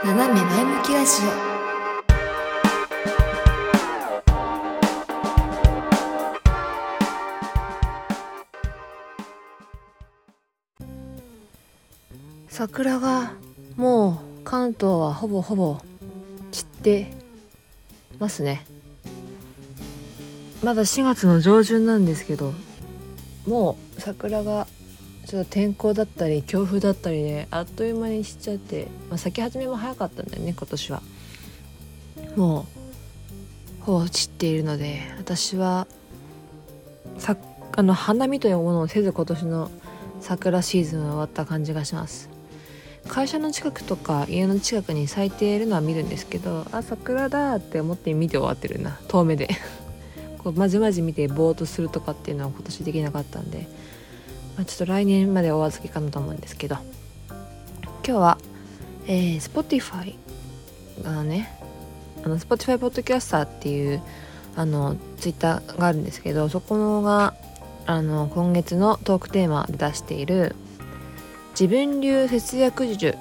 斜め前向きラジオ。桜がもう関東はほぼ散ってますね。まだ4月の上旬なんですけど、もう桜がちょっと天候だったり強風だったりであっという間に散っちゃって、咲き始めも早かったんだよね。今年はもうほぼ散っているので、私は花見というものをせず今年の桜シーズンは終わった感じがします。会社の近くとか家の近くに咲いているのは見るんですけど、桜だって思って見て終わってるな、遠目でこうまじまじ見てぼーっとするとかっていうのは今年できなかったんで、ちょっと来年までお預けかなと思うんですけど、今日は、Spotify がね、Spotify ポッドキャスターっていうツイッターがあるんですけど、そこのが今月のトークテーマで出している自分流節約術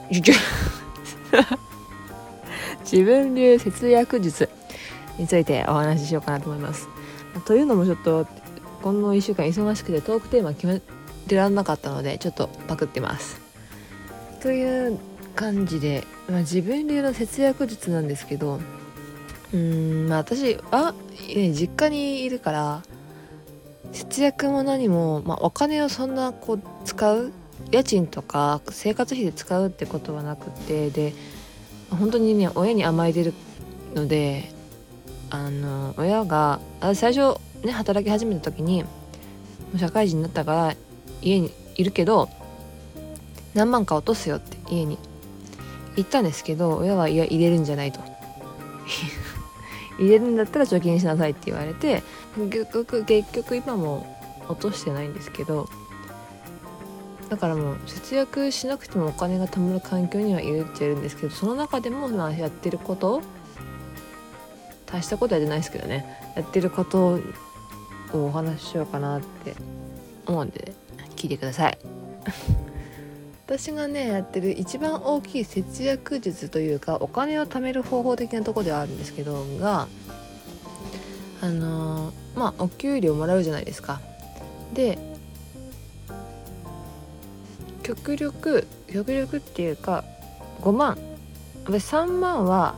自分流節約術についてお話ししようかなと思います。というのもちょっとこの1週間忙しくてトークテーマ決めてらんなかったので、ちょっとパクってますという感じで、自分流の節約術なんですけど、私は実家にいるから節約も何も、お金をそんな使う、家賃とか生活費で使うってことはなくて、で本当にね親に甘えてるので、親が最初ね働き始めた時に社会人になったから家にいるけど何万か落とすよって家に言ったんですけど、親はいや入れるんじゃないと入れるんだったら貯金しなさいって言われて、結局今も落としてないんですけど、だからもう節約しなくてもお金が貯まる環境にはいるっちゃいるんですけど、その中でもやってること大したことはやってないですけどね、やってることをお話ししようかなって思うんで聞いてください私がねやってる一番大きい節約術というか、お金を貯める方法的なところではあるんですけどが、お給料もらうじゃないですか。で極力っていうか5万、私3万は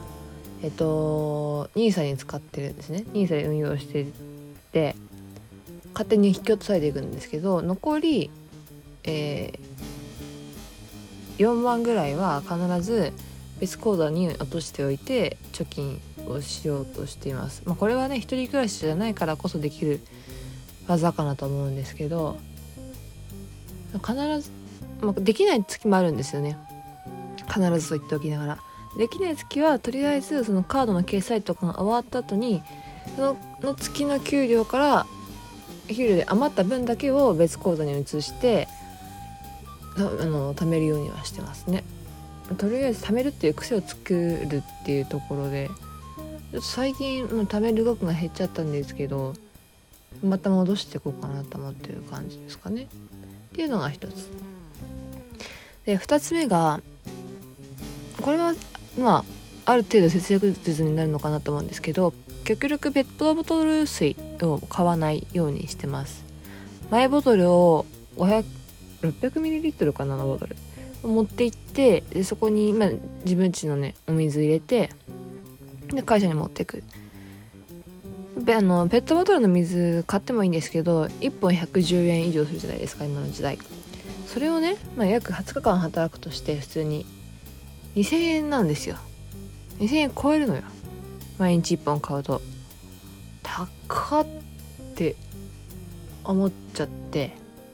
NISA に使ってるんですね。NISA で運用してて勝手に引き落とされていくんですけど、残り、4万ぐらいは必ず別口座に落としておいて貯金をしようとしています。これはね一人暮らしじゃないからこそできる技かなと思うんですけど、必ず、できない月もあるんですよね。必ずと言っておきながら、できない月はとりあえずそのカードの決済とかが終わった後にその月の給料で余った分だけを別口座に移して貯めるようにはしてますね。とりあえず貯めるっていう癖を作るっていうところで、ちょっと最近貯める額が減っちゃったんですけど、また戻していこうかなと思ってる感じですかねっていうのが一つで、二つ目がこれはある程度節約術になるのかなと思うんですけど、極力ペットボトル水を買わないようにしてます。マイボトルを600ml かなのボトルを持って行って、でそこに、自分家のねお水入れて、で会社に持ってく。ペットボトルの水買ってもいいんですけど、1本110円以上するじゃないですか今の時代。それをね、約20日間働くとして普通に2000円なんですよ。2000円超えるのよ、毎日1本買うと。高って思っちゃって、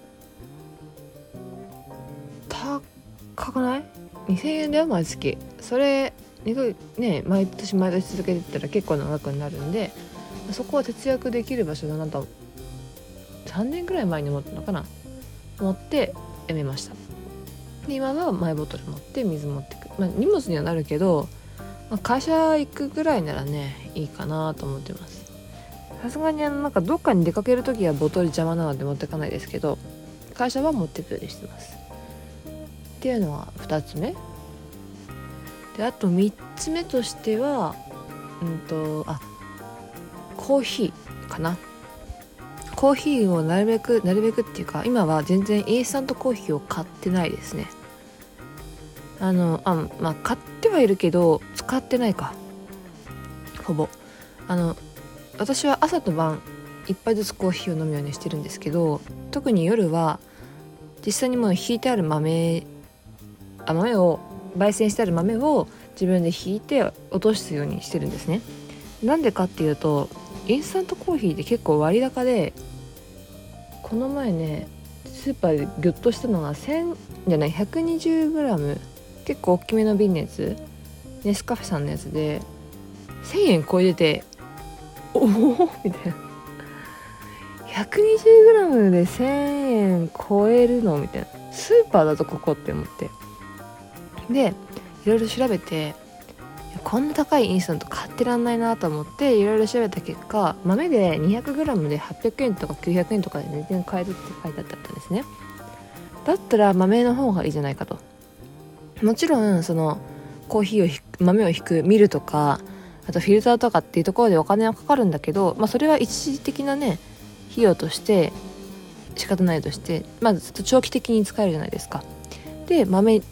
高くない？ 2000 円だよ毎月。それね毎年続けてったら結構な額になるんで、そこは節約できる場所だなと3年ぐらい前に思ったのかな、思ってやめました。で今はマイボトル持って水持ってく、荷物にはなるけど、会社行くぐらいならねいいかなと思ってます。さすがにどっかに出かけるときはボトル邪魔なので持ってかないですけど、会社は持ってくようにしてますっていうのが2つ目で、 であと3つ目としてはコーヒーかな。コーヒーをなるべくっていうか、今は全然インスタントコーヒーを買ってないですね。買ってはいるけど使ってないか、ほぼ。私は朝と晩1杯ずつコーヒーを飲むようにしてるんですけど、特に夜は実際にもうひいてある豆を焙煎してある豆を自分でひいて落とすようにしてるんですね。なんでかっていうと、インスタントコーヒーって結構割高で、この前ねスーパーでギュッとしたのが120g、 結構大きめの瓶のやつ、ネスカフェさんのやつで1000円超えてて、おおみたいな、120g で1000円超えるのみたいな、スーパーだとここって思って、でいろいろ調べて、こんな高いインスタント買ってらんないなと思っていろいろ調べた結果、豆で 200g で800円とか900円とかで全然買えるって書いてあったんですね。だったら豆の方がいいじゃないかと。もちろんそのコーヒー豆をひくミルとか、あとフィルターとかっていうところでお金はかかるんだけど、それは一時的なね費用として仕方ないとして、ずっと長期的に使えるじゃないですか。で豆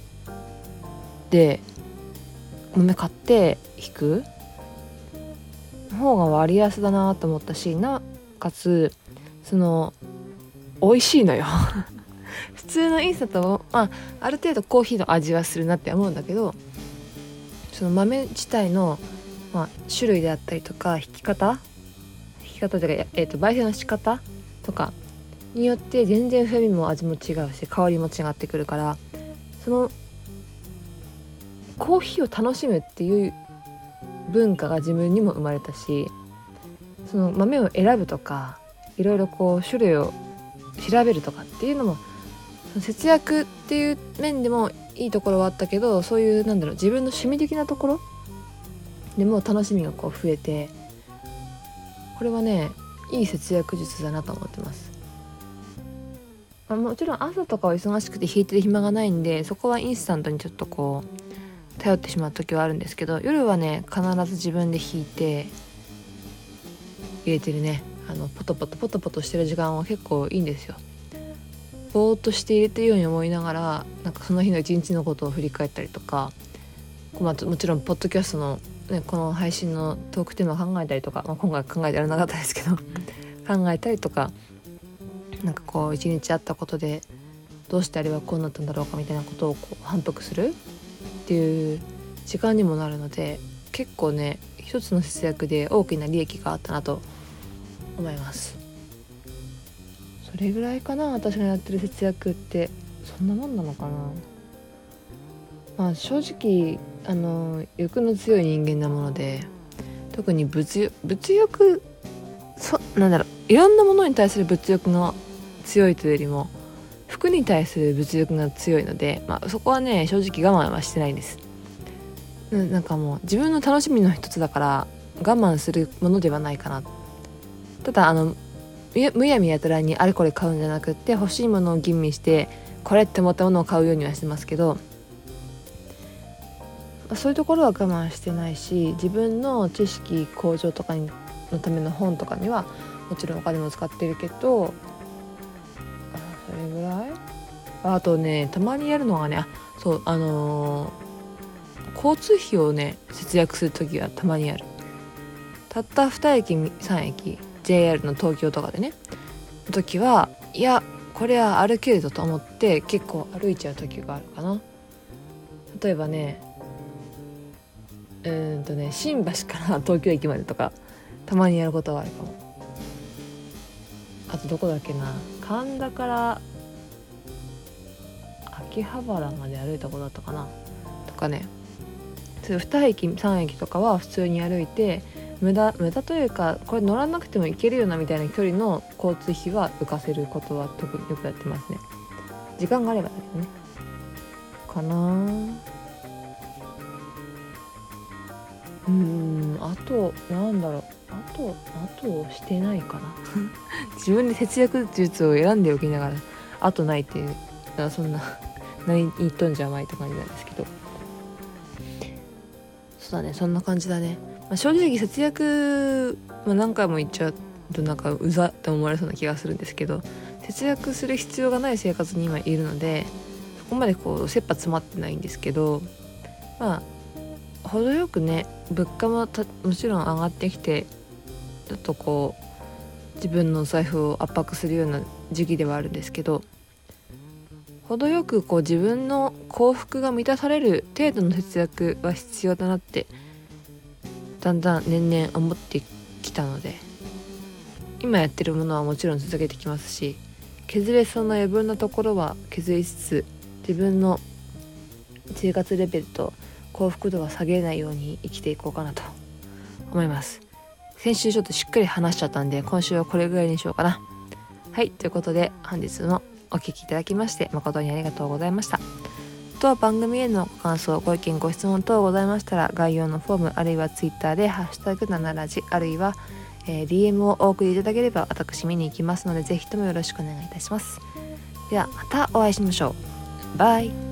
買ってひく方が割安だなと思ったし、なかつ美味しいのよ普通のインスタントも、ある程度コーヒーの味はするなって思うんだけど、その豆自体の、種類であったりとか引き方というか、焙煎の仕方とかによって全然風味も味も違うし香りも違ってくるから、そのコーヒーを楽しむっていう文化が自分にも生まれたし、その豆を選ぶとかいろいろ種類を調べるとかっていうのも、節約っていう面でもいいところはあったけど、そういう自分の趣味的なところでも楽しみが増えて、これはねいい節約術だなと思ってます。もちろん朝とかは忙しくて弾いてる暇がないんで、そこはインスタントにちょっと頼ってしまう時はあるんですけど、夜はね必ず自分で弾いて入れてるね。ポトポトしてる時間は結構いいんですよ。ぼーっとして入れてるように思いながら、その日の一日のことを振り返ったりとか、もちろんポッドキャストの、この配信のトークテーマを考えたりとか、今回考えてやらなかったですけど考えたりとか、一日あったことでどうしてあれはこうなったんだろうかみたいなことを反復するっていう時間にもなるので、結構ね一つの節約で大きな利益があったなと思います。それぐらいかな、私のやってる節約って。そんなもんなのかな。正直欲の強い人間なもので、特に物欲いろんなものに対する物欲が強いというよりも服に対する物欲が強いので、そこはね正直我慢はしてないんです。もう自分の楽しみの一つだから我慢するものではないかな。ただむやみやたらにあれこれ買うんじゃなくって、欲しいものを吟味してこれって思ったものを買うようにはしてますけど、そういうところは我慢してないし、自分の知識向上とかのための本とかにはもちろんお金も使ってるけど、それぐらい。あとねたまにやるのがね、交通費をね節約するときはたまにある。たった2駅3駅 JR の東京とかでねの時は、いやこれは歩けるぞと思って結構歩いちゃう時があるかな。例えばね新橋から東京駅までとかたまにやることがあるかも。あとどこだっけな、神田から秋葉原まで歩いたことだったかなとかね。そういう2駅3駅とかは普通に歩いて、無駄というかこれ乗らなくても行けるよなみたいな距離の交通費は浮かせることは特によくやってますね。時間があればだけどねかな。あとあとしてないかな自分で節約術を選んでおきながらあとないっていう、そんな何言っとんじゃまいって感じなんですけど、 そうだね、そんな感じだね。正直節約、何回も言っちゃうとなんかうざって思われそうな気がするんですけど、節約する必要がない生活に今いるので、そこまでこう切羽詰まってないんですけど、程よくね、物価ももちろん上がってきて、ちょっとこう自分の財布を圧迫するような時期ではあるんですけど、程よくこう自分の幸福が満たされる程度の節約は必要だなってだんだん年々思ってきたので、今やってるものはもちろん続けてきますし、削れそうな余分なところは削りつつ、自分の生活レベルと幸福度が下げないように生きていこうかなと思います。先週ちょっとしっかり話しちゃったんで、今週はこれぐらいにしようかな。はい、ということで本日もお聞きいただきまして誠にありがとうございました。と番組へのご感想、ご意見、ご質問等ございましたら、概要のフォームあるいはツイッターでハッシュタグ7ラジあるいは、DM をお送りいただければ私見に行きますので、ぜひともよろしくお願いいたします。ではまたお会いしましょう。バイ。